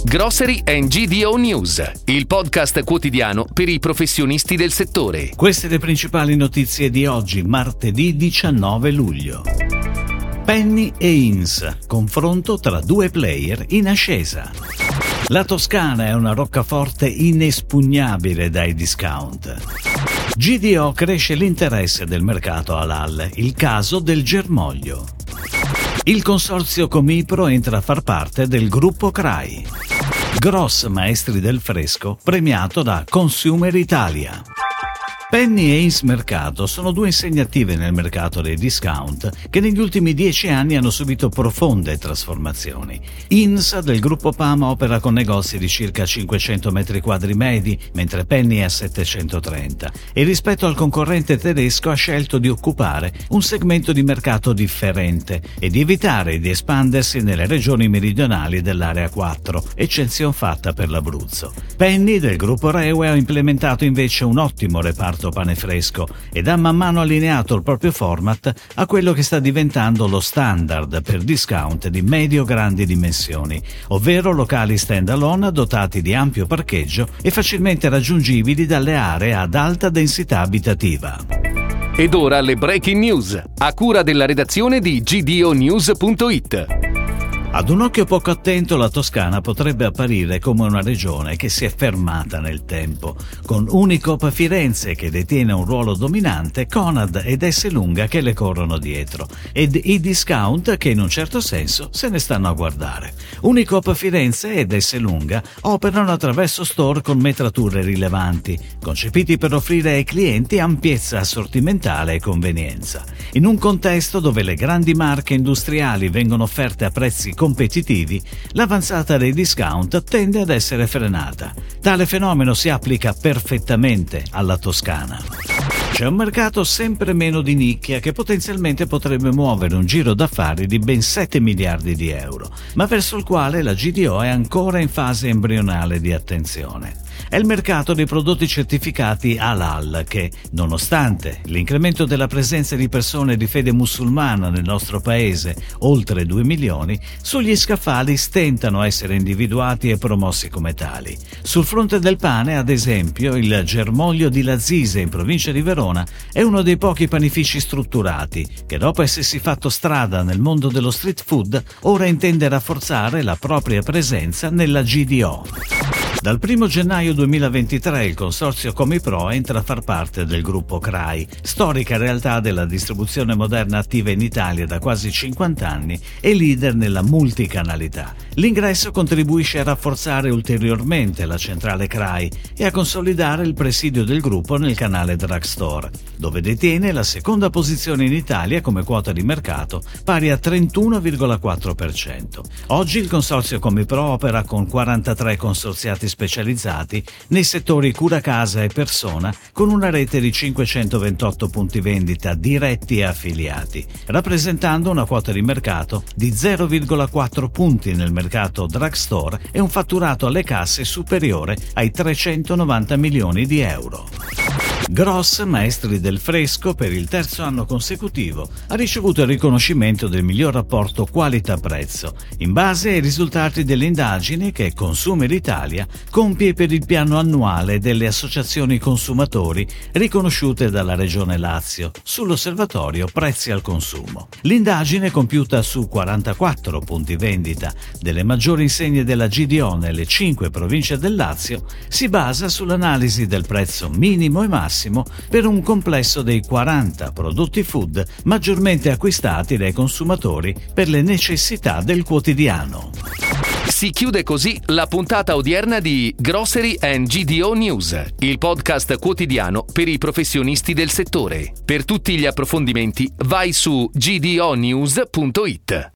Grocery and GDO News, il podcast quotidiano per i professionisti del settore. Queste le principali notizie di oggi, martedì 19 luglio. Penny e Ins, confronto tra due player in ascesa. La Toscana è una roccaforte inespugnabile dai discount. GDO cresce l'interesse del mercato halal, il caso del germoglio. Il consorzio Comipro entra a far parte del gruppo CRAI. Gross Maestri del Fresco premiato da Consumer Italia. Penny e Ins Mercato sono due insegnative nel mercato dei discount che negli ultimi 10 anni hanno subito profonde trasformazioni. Ins del gruppo PAM opera con negozi di circa 500 metri quadri medi, mentre Penny è a 730 e rispetto al concorrente tedesco ha scelto di occupare un segmento di mercato differente e di evitare di espandersi nelle regioni meridionali dell'area 4, eccezion fatta per l'Abruzzo. Penny del gruppo Rewe ha implementato invece un ottimo reparto pane fresco ed ha man mano allineato il proprio format a quello che sta diventando lo standard per discount di medio-grandi dimensioni, ovvero locali stand-alone dotati di ampio parcheggio e facilmente raggiungibili dalle aree ad alta densità abitativa. Ed ora le breaking news, a cura della redazione di gdonews.it. Ad un occhio poco attento la Toscana potrebbe apparire come una regione che si è fermata nel tempo, con Unicoop Firenze che detiene un ruolo dominante, Conad ed Esselunga che le corrono dietro, ed i discount che in un certo senso se ne stanno a guardare. Unicoop Firenze ed Esselunga operano attraverso store con metrature rilevanti, concepiti per offrire ai clienti ampiezza assortimentale e convenienza. In un contesto dove le grandi marche industriali vengono offerte a prezzi competitivi, l'avanzata dei discount tende ad essere frenata. Tale fenomeno si applica perfettamente alla Toscana. C'è un mercato sempre meno di nicchia che potenzialmente potrebbe muovere un giro d'affari di ben 7 miliardi di euro, ma verso il quale la GDO è ancora in fase embrionale di attenzione. È il mercato dei prodotti certificati halal che, nonostante l'incremento della presenza di persone di fede musulmana nel nostro paese, oltre 2 milioni, sugli scaffali stentano a essere individuati e promossi come tali. Sul fronte del pane, ad esempio, il germoglio di Lazise in provincia di Verona è uno dei pochi panifici strutturati che, dopo essersi fatto strada nel mondo dello street food, ora intende rafforzare la propria presenza nella GDO. Dal 1 gennaio 2023 il consorzio Comipro entra a far parte del gruppo CRAI, storica realtà della distribuzione moderna attiva in Italia da quasi 50 anni e leader nella multicanalità. L'ingresso contribuisce a rafforzare ulteriormente la centrale CRAI e a consolidare il presidio del gruppo nel canale drugstore, dove detiene la seconda posizione in Italia come quota di mercato, pari a 31,4%. Oggi il consorzio Comipro opera con 43 consorziati specializzati nei settori cura casa e persona, con una rete di 528 punti vendita diretti e affiliati, rappresentando una quota di mercato di 0,4 punti nel mercato drugstore e un fatturato alle casse superiore ai 390 milioni di euro. Gross Maestri del Fresco, per il terzo anno consecutivo, ha ricevuto il riconoscimento del miglior rapporto qualità-prezzo, in base ai risultati dell'indagine che Consumer Italia compie per il piano annuale delle associazioni consumatori riconosciute dalla Regione Lazio sull'osservatorio prezzi al consumo. L'indagine, compiuta su 44 punti vendita delle maggiori insegne della GDO nelle 5 province del Lazio, si basa sull'analisi del prezzo minimo e massimo per un complesso dei 40 prodotti food maggiormente acquistati dai consumatori per le necessità del quotidiano. Si chiude così la puntata odierna di Grocery and GDO News, il podcast quotidiano per i professionisti del settore. Per tutti gli approfondimenti vai su gdonews.it.